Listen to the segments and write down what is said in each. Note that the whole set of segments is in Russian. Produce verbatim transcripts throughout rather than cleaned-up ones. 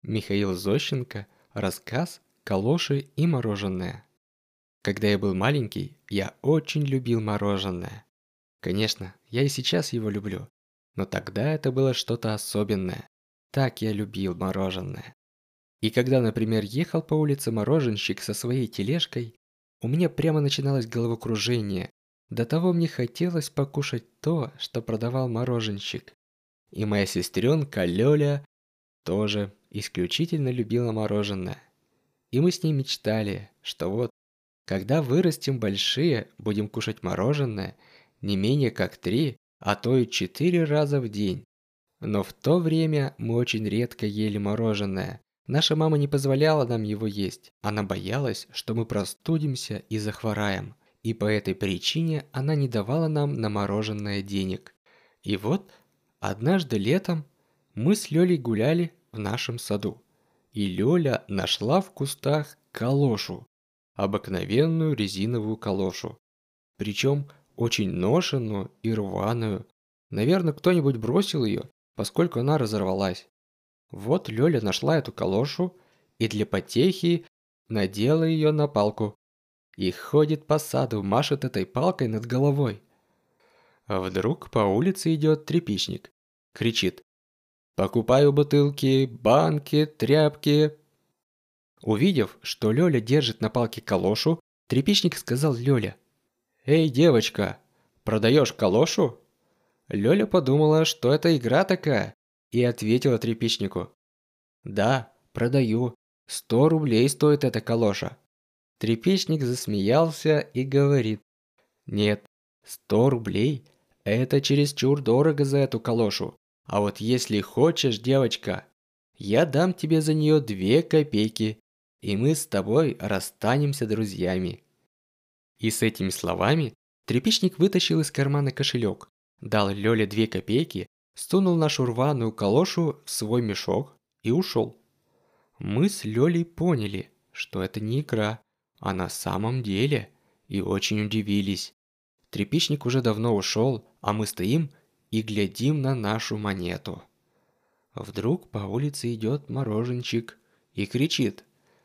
Михаил Зощенко. Рассказ «Калоши и мороженое». Когда я был маленький, я очень любил мороженое. Конечно, я и сейчас его люблю, но тогда это было что-то особенное. Так я любил мороженое. И когда, например, ехал по улице мороженщик со своей тележкой, у меня прямо начиналось головокружение. До того мне хотелось покушать то, что продавал мороженщик. И моя сестренка Лёля тоже исключительно любила мороженое. И мы с ней мечтали, что вот, когда вырастем большие, будем кушать мороженое не менее как три, а то и четыре раза в день. Но в то время мы очень редко ели мороженое. Наша мама не позволяла нам его есть. Она боялась, что мы простудимся и захвораем. И по этой причине она не давала нам на мороженое денег. И вот, однажды летом мы с Лёлей гуляли в нашем саду. И Лёля нашла в кустах калошу. Обыкновенную резиновую калошу. Причем очень ношенную и рваную. Наверное, кто-нибудь бросил ее, поскольку она разорвалась. Вот Лёля нашла эту калошу и для потехи надела ее на палку. И ходит по саду, машет этой палкой над головой. А вдруг по улице идет тряпичник. Кричит: «Покупаю бутылки, банки, тряпки». Увидев, что Лёля держит на палке калошу, тряпичник сказал Лёле: «Эй, девочка, продаешь калошу?» Лёля подумала, что это игра такая, и ответила тряпичнику: «Да, продаю. Сто рублей стоит эта калоша». Тряпичник засмеялся и говорит: «Нет, сто рублей – это чересчур дорого за эту калошу. А вот если хочешь, девочка, я дам тебе за нее две копейки, и мы с тобой расстанемся друзьями». И с этими словами тряпичник вытащил из кармана кошелек, дал Лёле две копейки, сунул нашу рваную калошу в свой мешок и ушел. Мы с Лёлей поняли, что это не игра, а на самом деле, и очень удивились. Тряпичник уже давно ушел, а мы стоим и глядим на нашу монету. Вдруг по улице идет мороженщик и кричит: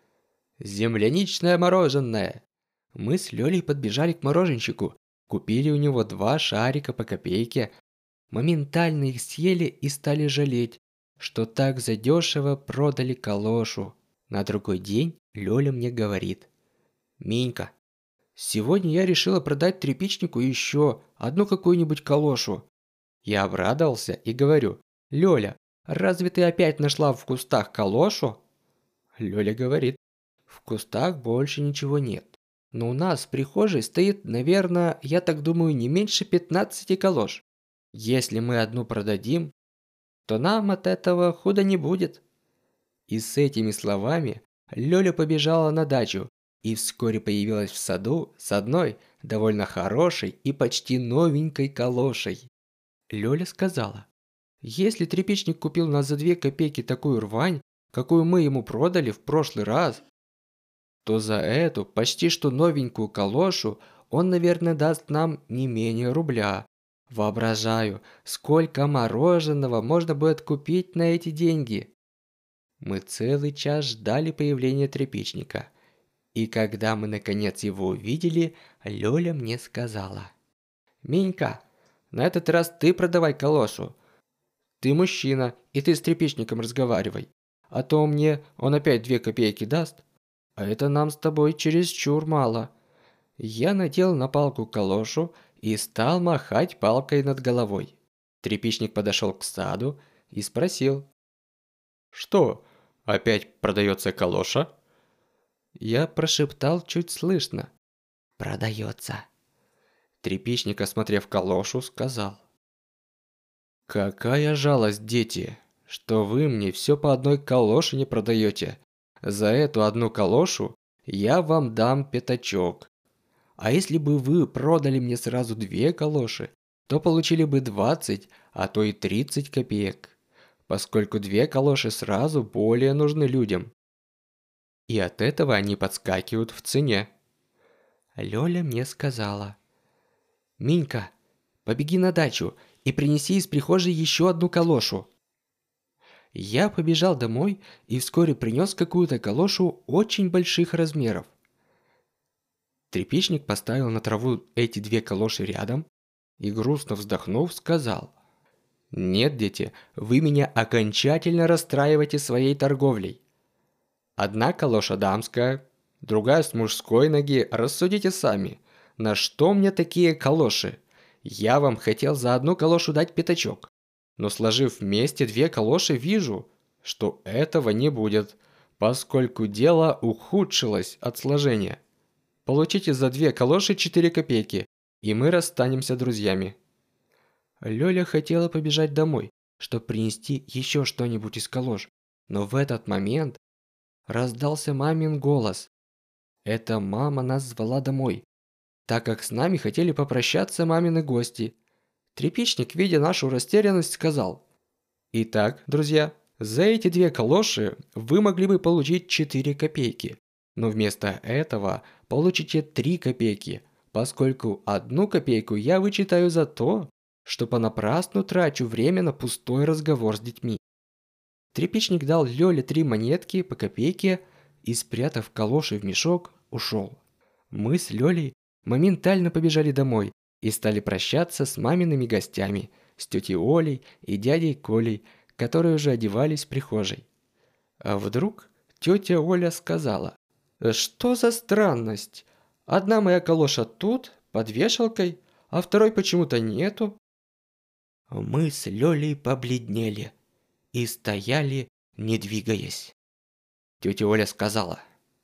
«Земляничное мороженое!» Мы с Лёлей подбежали к мороженщику, купили у него два шарика по копейке, моментально их съели и стали жалеть, что так задешево продали калошу. На другой день Лёля мне говорит: «Минька, сегодня я решила продать тряпичнику еще одну какую-нибудь калошу». Я обрадовался и говорю: «Лёля, разве ты опять нашла в кустах калошу?» Лёля говорит: «В кустах больше ничего нет. Но у нас в прихожей стоит, наверное, я так думаю, не меньше пятнадцати калош. Если мы одну продадим, то нам от этого худо не будет». И с этими словами Лёля побежала на дачу и вскоре появилась в саду с одной довольно хорошей и почти новенькой калошей. Лёля сказала: «Если тряпичник купил у нас за две копейки такую рвань, какую мы ему продали в прошлый раз, то за эту почти что новенькую калошу он, наверное, даст нам не менее рубля. Воображаю, сколько мороженого можно будет купить на эти деньги». Мы целый час ждали появления тряпичника. И когда мы наконец его увидели, Лёля мне сказала: «Минька, на этот раз ты продавай калошу. Ты мужчина, и ты с тряпичником разговаривай. А то мне он опять две копейки даст. А это нам с тобой чересчур мало». Я надел на палку калошу и стал махать палкой над головой. Тряпичник подошел к саду и спросил: «Что, опять продается калоша?» Я прошептал чуть слышно: «Продается». Тряпичник, осмотрев калошу, сказал: «Какая жалость, дети, что вы мне все по одной калоше не продаете. За эту одну калошу я вам дам пятачок. А если бы вы продали мне сразу две калоши, то получили бы двадцать, а то и тридцать копеек, поскольку две калоши сразу более нужны людям. И от этого они подскакивают в цене». Лёля мне сказала: «Минька, побеги на дачу и принеси из прихожей еще одну калошу». Я побежал домой и вскоре принес какую-то калошу очень больших размеров. Тряпичник поставил на траву эти две калоши рядом и, грустно вздохнув, сказал: «Нет, дети, вы меня окончательно расстраиваете своей торговлей. Одна калоша дамская, другая с мужской ноги, рассудите сами, на что мне такие калоши? Я вам хотел за одну калошу дать пятачок, но сложив вместе две калоши, вижу, что этого не будет, поскольку дело ухудшилось от сложения. Получите за две калоши четыре копейки, и мы расстанемся друзьями». Лёля хотела побежать домой, чтобы принести еще что-нибудь из калош, но в этот момент раздался мамин голос. Это мама нас звала домой, так как с нами хотели попрощаться мамины гости. Тряпичник, видя нашу растерянность, сказал: «Итак, друзья, за эти две калоши вы могли бы получить четыре копейки, но вместо этого получите три копейки, поскольку одну копейку я вычитаю за то, что понапрасну трачу время на пустой разговор с детьми». Тряпичник дал Лёле три монетки по копейке и, спрятав калоши в мешок, ушел. Мы с Лёлей моментально побежали домой и стали прощаться с мамиными гостями, с тетей Олей и дядей Колей, которые уже одевались в прихожей. А вдруг тетя Оля сказала: «Что за странность? Одна моя калоша тут, под вешалкой, а второй почему-то нету». Мы с Лёлей побледнели и стояли, не двигаясь. Тетя Оля сказала: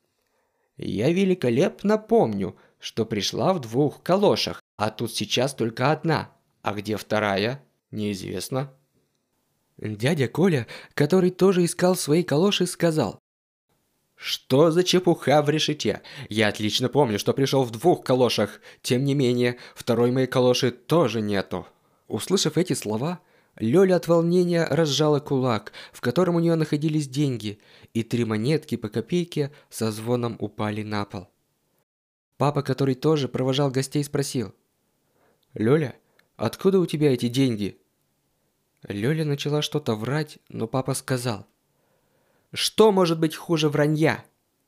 «Я великолепно помню, что пришла в двух калошах, а тут сейчас только одна, а где вторая, неизвестно». Дядя Коля, который тоже искал свои калоши, сказал: «Что за чепуха в решете? Я отлично помню, что пришел в двух калошах, тем не менее, второй моей калоши тоже нету». Услышав эти слова, Лёля от волнения разжала кулак, в котором у нее находились деньги, и три монетки по копейке со звоном упали на пол. Папа, который тоже провожал гостей, спросил: «Лёля, откуда у тебя эти деньги?» Лёля начала что-то врать, но папа сказал: «Что может быть хуже вранья?»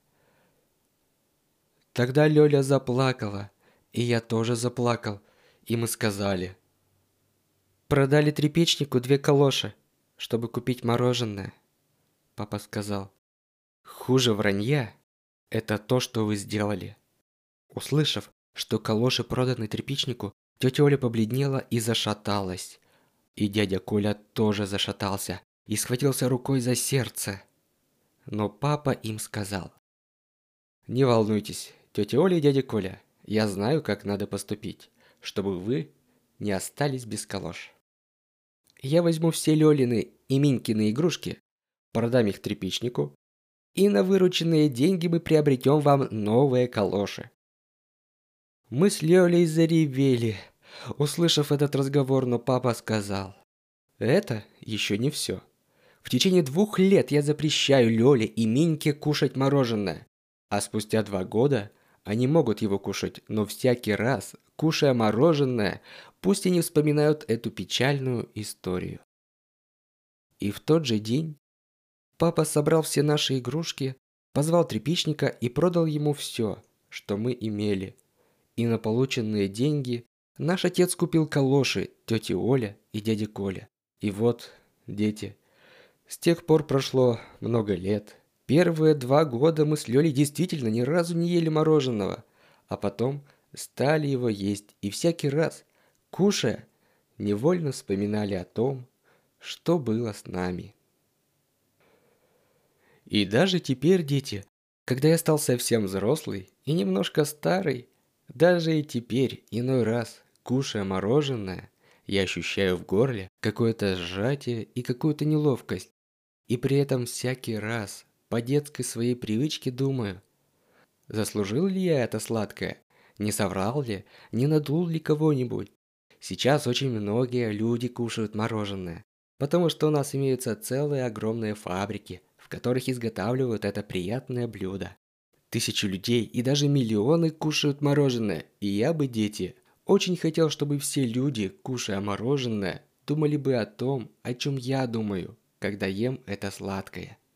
Тогда Лёля заплакала, и я тоже заплакал, и мы сказали: «Продали тряпичнику две калоши, чтобы купить мороженое». Папа сказал: «Хуже вранья – это то, что вы сделали». Услышав, что калоши проданы тряпичнику, тетя Оля побледнела и зашаталась. И дядя Коля тоже зашатался и схватился рукой за сердце. Но папа им сказал: «Не волнуйтесь, тетя Оля и дядя Коля, я знаю, как надо поступить, чтобы вы не остались без калош. Я возьму все Лёлины и Минькины игрушки, продам их тряпичнику, и на вырученные деньги мы приобретем вам новые калоши». Мы с Лёлей заревели, услышав этот разговор, но папа сказал: «Это еще не все. В течение двух лет я запрещаю Лёле и Миньке кушать мороженое, а спустя два года они могут его кушать, но всякий раз, кушая мороженое, пусть они вспоминают эту печальную историю». И в тот же день папа собрал все наши игрушки, позвал тряпичника и продал ему все, что мы имели. И на полученные деньги наш отец купил калоши тете Оля и дяде Коля. И вот, дети, с тех пор прошло много лет. Первые два года мы с Лёлей действительно ни разу не ели мороженого, а потом стали его есть, и всякий раз, кушая, невольно вспоминали о том, что было с нами. И даже теперь, дети, когда я стал совсем взрослый и немножко старый, даже и теперь, иной раз, кушая мороженое, я ощущаю в горле какое-то сжатие и какую-то неловкость. И при этом всякий раз, по детской своей привычке, думаю: заслужил ли я это сладкое? Не соврал ли? Не надул ли кого-нибудь? Сейчас очень многие люди кушают мороженое, потому что у нас имеются целые огромные фабрики, в которых изготавливают это приятное блюдо. Тысячи людей и даже миллионы кушают мороженое, и я бы, дети, очень хотел, чтобы все люди, кушая мороженое, думали бы о том, о чем я думаю, когда ем это сладкое.